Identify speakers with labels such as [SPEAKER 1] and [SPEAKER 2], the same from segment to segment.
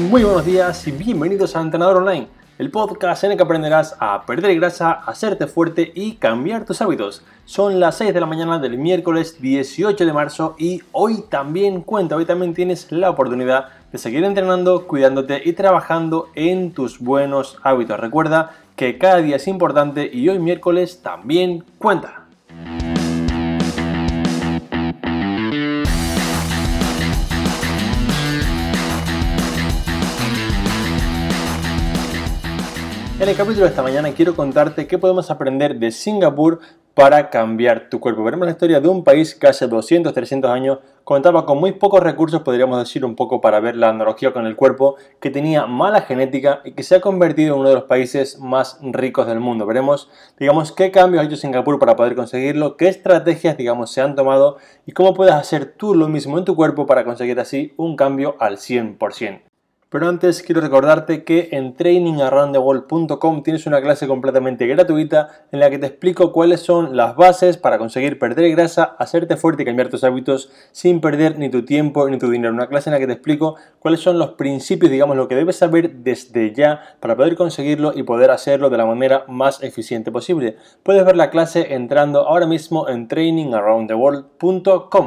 [SPEAKER 1] Muy buenos días y bienvenidos a Entrenador Online, el podcast en el que aprenderás a perder grasa, a hacerte fuerte y cambiar tus hábitos. Son las 6 de la mañana del miércoles 18 de marzo y hoy también tienes la oportunidad de seguir entrenando, cuidándote y trabajando en tus buenos hábitos. Recuerda que cada día es importante y hoy miércoles también cuenta. En el capítulo de esta mañana quiero contarte qué podemos aprender de Singapur para cambiar tu cuerpo. Veremos la historia de un país que hace 200, 300 años contaba con muy pocos recursos, podríamos decir un poco para ver la analogía con el cuerpo, que tenía mala genética y que se ha convertido en uno de los países más ricos del mundo. Veremos, qué cambios ha hecho Singapur para poder conseguirlo, qué estrategias, se han tomado y cómo puedes hacer tú lo mismo en tu cuerpo para conseguir así un cambio al 100%. Pero antes quiero recordarte que en trainingaroundtheworld.com tienes una clase completamente gratuita en la que te explico cuáles son las bases para conseguir perder grasa, hacerte fuerte y cambiar tus hábitos sin perder ni tu tiempo ni tu dinero. Una clase en la que te explico cuáles son los principios, lo que debes saber desde ya para poder conseguirlo y poder hacerlo de la manera más eficiente posible. Puedes ver la clase entrando ahora mismo en trainingaroundtheworld.com.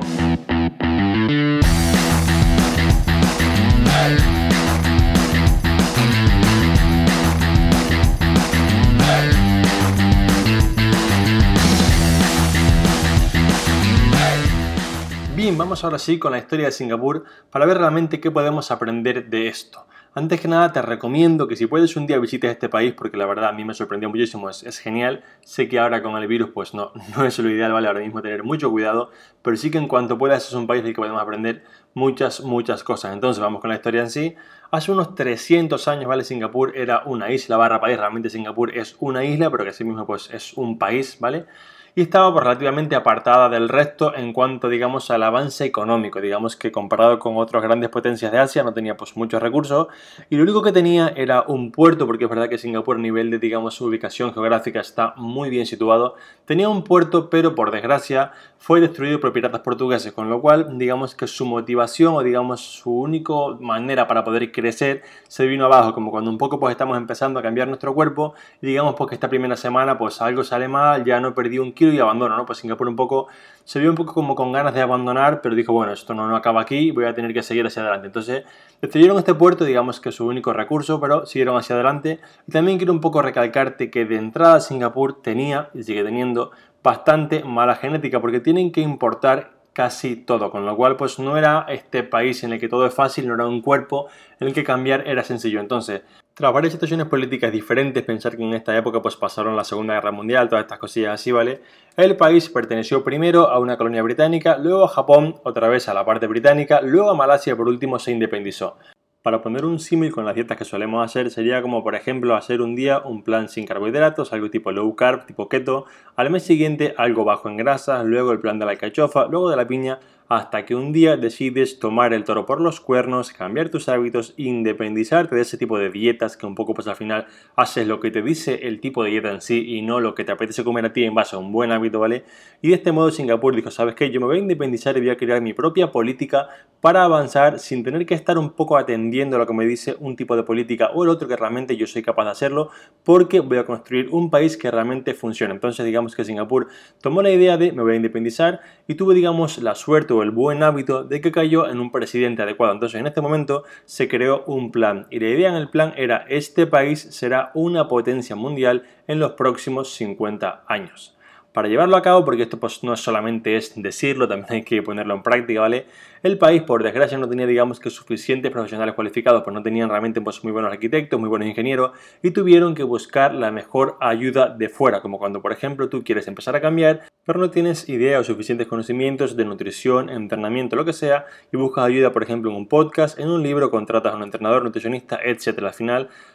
[SPEAKER 1] Bien, vamos ahora sí con la historia de Singapur para ver realmente qué podemos aprender de esto. Antes que nada te recomiendo que si puedes un día visites este país, porque la verdad a mí me sorprendió muchísimo, es genial. Sé que ahora con el virus pues no es lo ideal, ¿vale? Ahora mismo tener mucho cuidado, pero sí que en cuanto puedas es un país del que podemos aprender muchas cosas. Entonces vamos con la historia en sí. Hace unos 300 años, ¿vale? Singapur era una isla país, realmente Singapur es una isla, pero que así mismo pues es un país, ¿vale? Y estaba pues, relativamente apartada del resto en cuanto, al avance económico. Que comparado con otras grandes potencias de Asia no tenía pues muchos recursos y lo único que tenía era un puerto, porque es verdad que Singapur a nivel de, su ubicación geográfica está muy bien situado. Tenía un puerto, pero por desgracia fue destruido por piratas portugueses, con lo cual, que su motivación o, su única manera para poder crecer se vino abajo, como cuando un poco pues estamos empezando a cambiar nuestro cuerpo y pues que esta primera semana pues algo sale mal, ya no perdí un kilo y abandono, ¿no? Pues Singapur se vio un poco como con ganas de abandonar, pero dijo, bueno, esto no acaba aquí, voy a tener que seguir hacia adelante. Entonces, destruyeron este puerto, que es su único recurso, pero siguieron hacia adelante. Y también quiero un poco recalcarte que de entrada Singapur tenía, y sigue teniendo, bastante mala genética, porque tienen que importar casi todo, con lo cual pues no era este país en el que todo es fácil, no era un cuerpo en el que cambiar era sencillo. Entonces, tras varias situaciones políticas diferentes, pensar que en esta época pues pasaron la Segunda Guerra Mundial, todas estas cosillas así, ¿vale? El país perteneció primero a una colonia británica, luego a Japón, otra vez a la parte británica, luego a Malasia y por último se independizó. Para poner un símil con las dietas que solemos hacer, sería como por ejemplo hacer un día un plan sin carbohidratos, algo tipo low carb, tipo keto, al mes siguiente algo bajo en grasas, luego el plan de la alcachofa, luego de la piña, hasta que un día decides tomar el toro por los cuernos, cambiar tus hábitos, independizarte de ese tipo de dietas que un poco pues al final haces lo que te dice el tipo de dieta en sí y no lo que te apetece comer a ti en base a un buen hábito, ¿vale? Y de este modo Singapur dijo, ¿sabes qué? Yo me voy a independizar y voy a crear mi propia política para avanzar sin tener que estar un poco atendiendo a lo que me dice un tipo de política o el otro, que realmente yo soy capaz de hacerlo porque voy a construir un país que realmente funcione. Entonces que Singapur tomó la idea de me voy a independizar y tuvo la suerte o el buen hábito de que cayó en un presidente adecuado. Entonces en este momento se creó un plan y la idea en el plan era este país será una potencia mundial en los próximos 50 años. Para llevarlo a cabo, porque esto pues no solamente es decirlo, también hay que ponerlo en práctica, ¿vale? El país, por desgracia, no tenía, suficientes profesionales cualificados, pues no tenían realmente pues, muy buenos arquitectos, muy buenos ingenieros, y tuvieron que buscar la mejor ayuda de fuera, como cuando, por ejemplo, tú quieres empezar a cambiar, pero no tienes idea o suficientes conocimientos de nutrición, entrenamiento, lo que sea, y buscas ayuda, por ejemplo, en un podcast, en un libro, contratas a un entrenador, nutricionista, etc. Al final,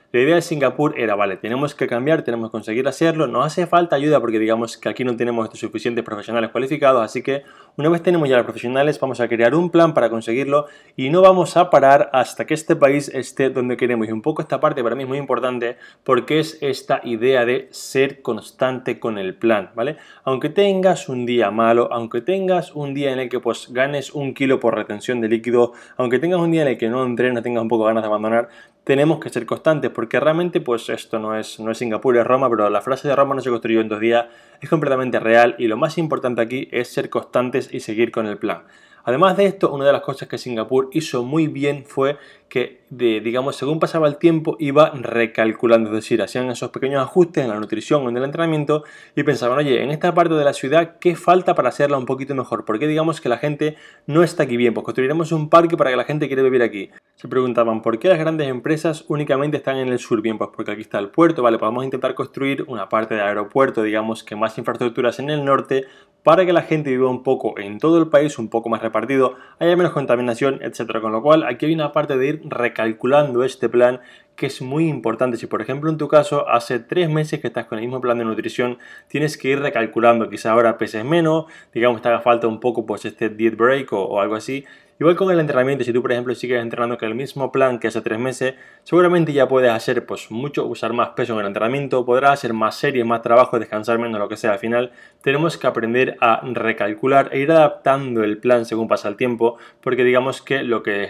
[SPEAKER 1] La idea de Singapur era, vale, tenemos que cambiar, tenemos que conseguir hacerlo, nos hace falta ayuda porque digamos que aquí no tenemos suficientes profesionales cualificados, así que una vez tenemos ya los profesionales vamos a crear un plan para conseguirlo y no vamos a parar hasta que este país esté donde queremos. Y un poco esta parte para mí es muy importante porque es esta idea de ser constante con el plan, ¿vale? Aunque tengas un día malo, aunque tengas un día en el que pues ganes 1 kilo por retención de líquido, aunque tengas un día en el que no entrenes, tengas un poco ganas de abandonar, tenemos que ser constantes porque realmente pues esto no es Singapur, es Roma, pero la frase de Roma no se construyó en 2 días, es completamente real y lo más importante aquí es ser constantes y seguir con el plan. Además de esto, una de las cosas que Singapur hizo muy bien fue que, digamos, según pasaba el tiempo, iba recalculando, es decir, hacían esos pequeños ajustes en la nutrición o en el entrenamiento y pensaban, oye, en esta parte de la ciudad, ¿qué falta para hacerla un poquito mejor? ¿Por qué digamos que la gente no está aquí bien? Pues construiremos un parque para que la gente quiera vivir aquí. Se preguntaban, ¿por qué las grandes empresas únicamente están en el sur? Bien, pues porque aquí está el puerto, ¿vale? Podemos intentar construir una parte de aeropuerto, digamos, que más infraestructuras en el norte, para que la gente viva un poco en todo el país, un poco más repartido, haya menos contaminación, etcétera. Con lo cual, aquí hay una parte de ir recalculando este plan que es muy importante. Si por ejemplo en tu caso hace 3 meses que estás con el mismo plan de nutrición, tienes que ir recalculando, quizá ahora peses menos, digamos te haga falta un poco pues este diet break o algo así. Igual con el entrenamiento, si tú por ejemplo sigues entrenando con el mismo plan que hace 3 meses, seguramente ya puedes hacer pues mucho, usar más peso en el entrenamiento, podrás hacer más series, más trabajo, descansar menos, lo que sea. Al final tenemos que aprender a recalcular e ir adaptando el plan según pasa el tiempo, porque digamos que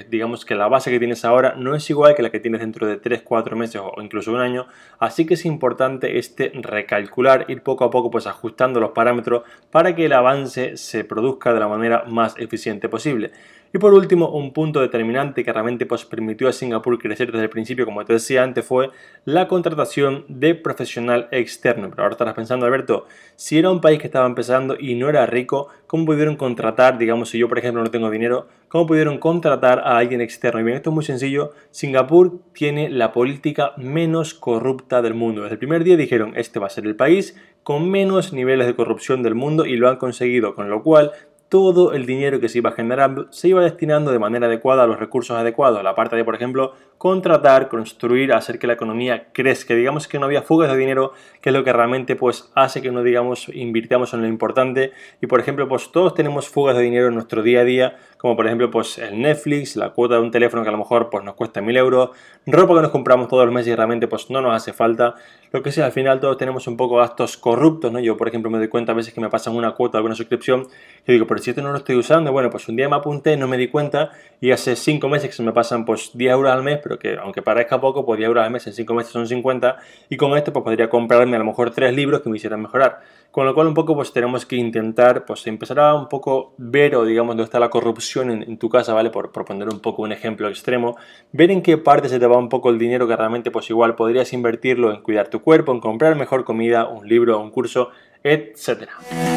[SPEAKER 1] la base que tienes ahora no es igual que la que tienes dentro de 3, 4 meses o incluso un año, así que es importante recalcular, ir poco a poco pues ajustando los parámetros para que el avance se produzca de la manera más eficiente posible. Y por último, un punto determinante que realmente pues, permitió a Singapur crecer desde el principio, como te decía antes, fue la contratación de profesional externo. Pero ahora estarás pensando, Alberto, si era un país que estaba empezando y no era rico, ¿cómo pudieron contratar, digamos, si yo por ejemplo no tengo dinero, cómo pudieron contratar a alguien externo? Y bien, esto es muy sencillo. Singapur tiene la política menos corrupta del mundo. Desde el primer día dijeron, este va a ser el país con menos niveles de corrupción del mundo y lo han conseguido, con lo cual todo el dinero que se iba generando se iba destinando de manera adecuada a los recursos adecuados. La parte de, por ejemplo, contratar, construir, hacer que la economía crezca. Digamos que no había fugas de dinero, que es lo que realmente pues hace que no digamos invirtamos en lo importante. Y por ejemplo, pues todos tenemos fugas de dinero en nuestro día a día, como por ejemplo pues el Netflix, la cuota de un teléfono que a lo mejor pues nos cuesta 1.000 euros, ropa que nos compramos todos los meses y realmente pues no nos hace falta. Lo que sea, al final todos tenemos un poco gastos corruptos, ¿no? Yo por ejemplo me doy cuenta a veces que me pasan una cuota, alguna suscripción, y digo, pero si esto no lo estoy usando, bueno, pues un día me apunté, no me di cuenta y hace 5 meses que se me pasan pues 10 euros al mes, pero que aunque parezca poco, pues 10 euros al mes en 5 meses son 50 y con esto pues podría comprarme a lo mejor 3 libros que me hicieran mejorar. Con lo cual un poco pues tenemos que intentar pues empezar a un poco ver o digamos dónde está la corrupción en tu casa, ¿vale? Por poner un poco un ejemplo extremo, ver en qué parte se te va un poco el dinero que realmente pues igual podrías invertirlo en cuidar tu cuerpo, en comprar mejor comida, un libro, un curso, etcétera.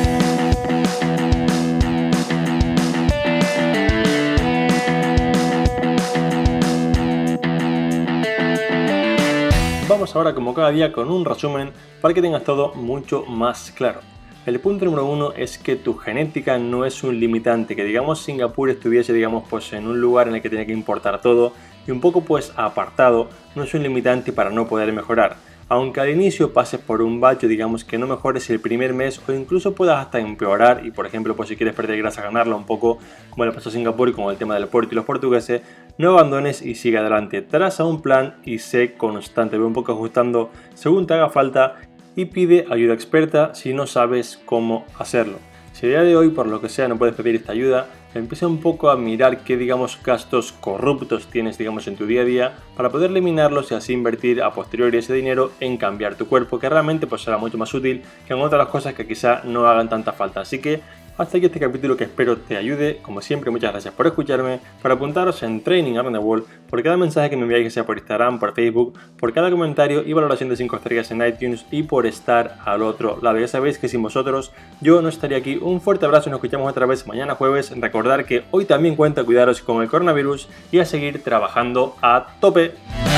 [SPEAKER 1] Vamos ahora como cada día con un resumen para que tengas todo mucho más claro. El punto número 1 es que tu genética no es un limitante, que digamos Singapur estuviese digamos pues en un lugar en el que tiene que importar todo y un poco pues apartado, no es un limitante para no poder mejorar. Aunque al inicio pases por un bache, digamos que no mejores el primer mes o incluso puedas hasta empeorar y por ejemplo pues si quieres perder grasa ganarla un poco como le pasó a Singapur y con el tema del puerto y los portugueses, no abandones y sigue adelante, traza un plan y sé constante, ve un poco ajustando según te haga falta y pide ayuda experta si no sabes cómo hacerlo. Si a día de hoy por lo que sea no puedes pedir esta ayuda, empieza un poco a mirar qué digamos gastos corruptos tienes digamos en tu día a día para poder eliminarlos y así invertir a posteriori ese dinero en cambiar tu cuerpo, que realmente pues será mucho más útil que en otras cosas que quizá no hagan tanta falta. Así que hasta aquí este capítulo que espero te ayude. Como siempre, muchas gracias por escucharme, por apuntaros en Training Around the World, por cada mensaje que me enviáis, que sea por Instagram, por Facebook, por cada comentario y valoración de 5 estrellas en iTunes y por estar al otro lado. Ya sabéis que sin vosotros yo no estaría aquí. Un fuerte abrazo y nos escuchamos otra vez mañana jueves. Recordar que hoy también cuenta cuidaros con el coronavirus y a seguir trabajando a tope.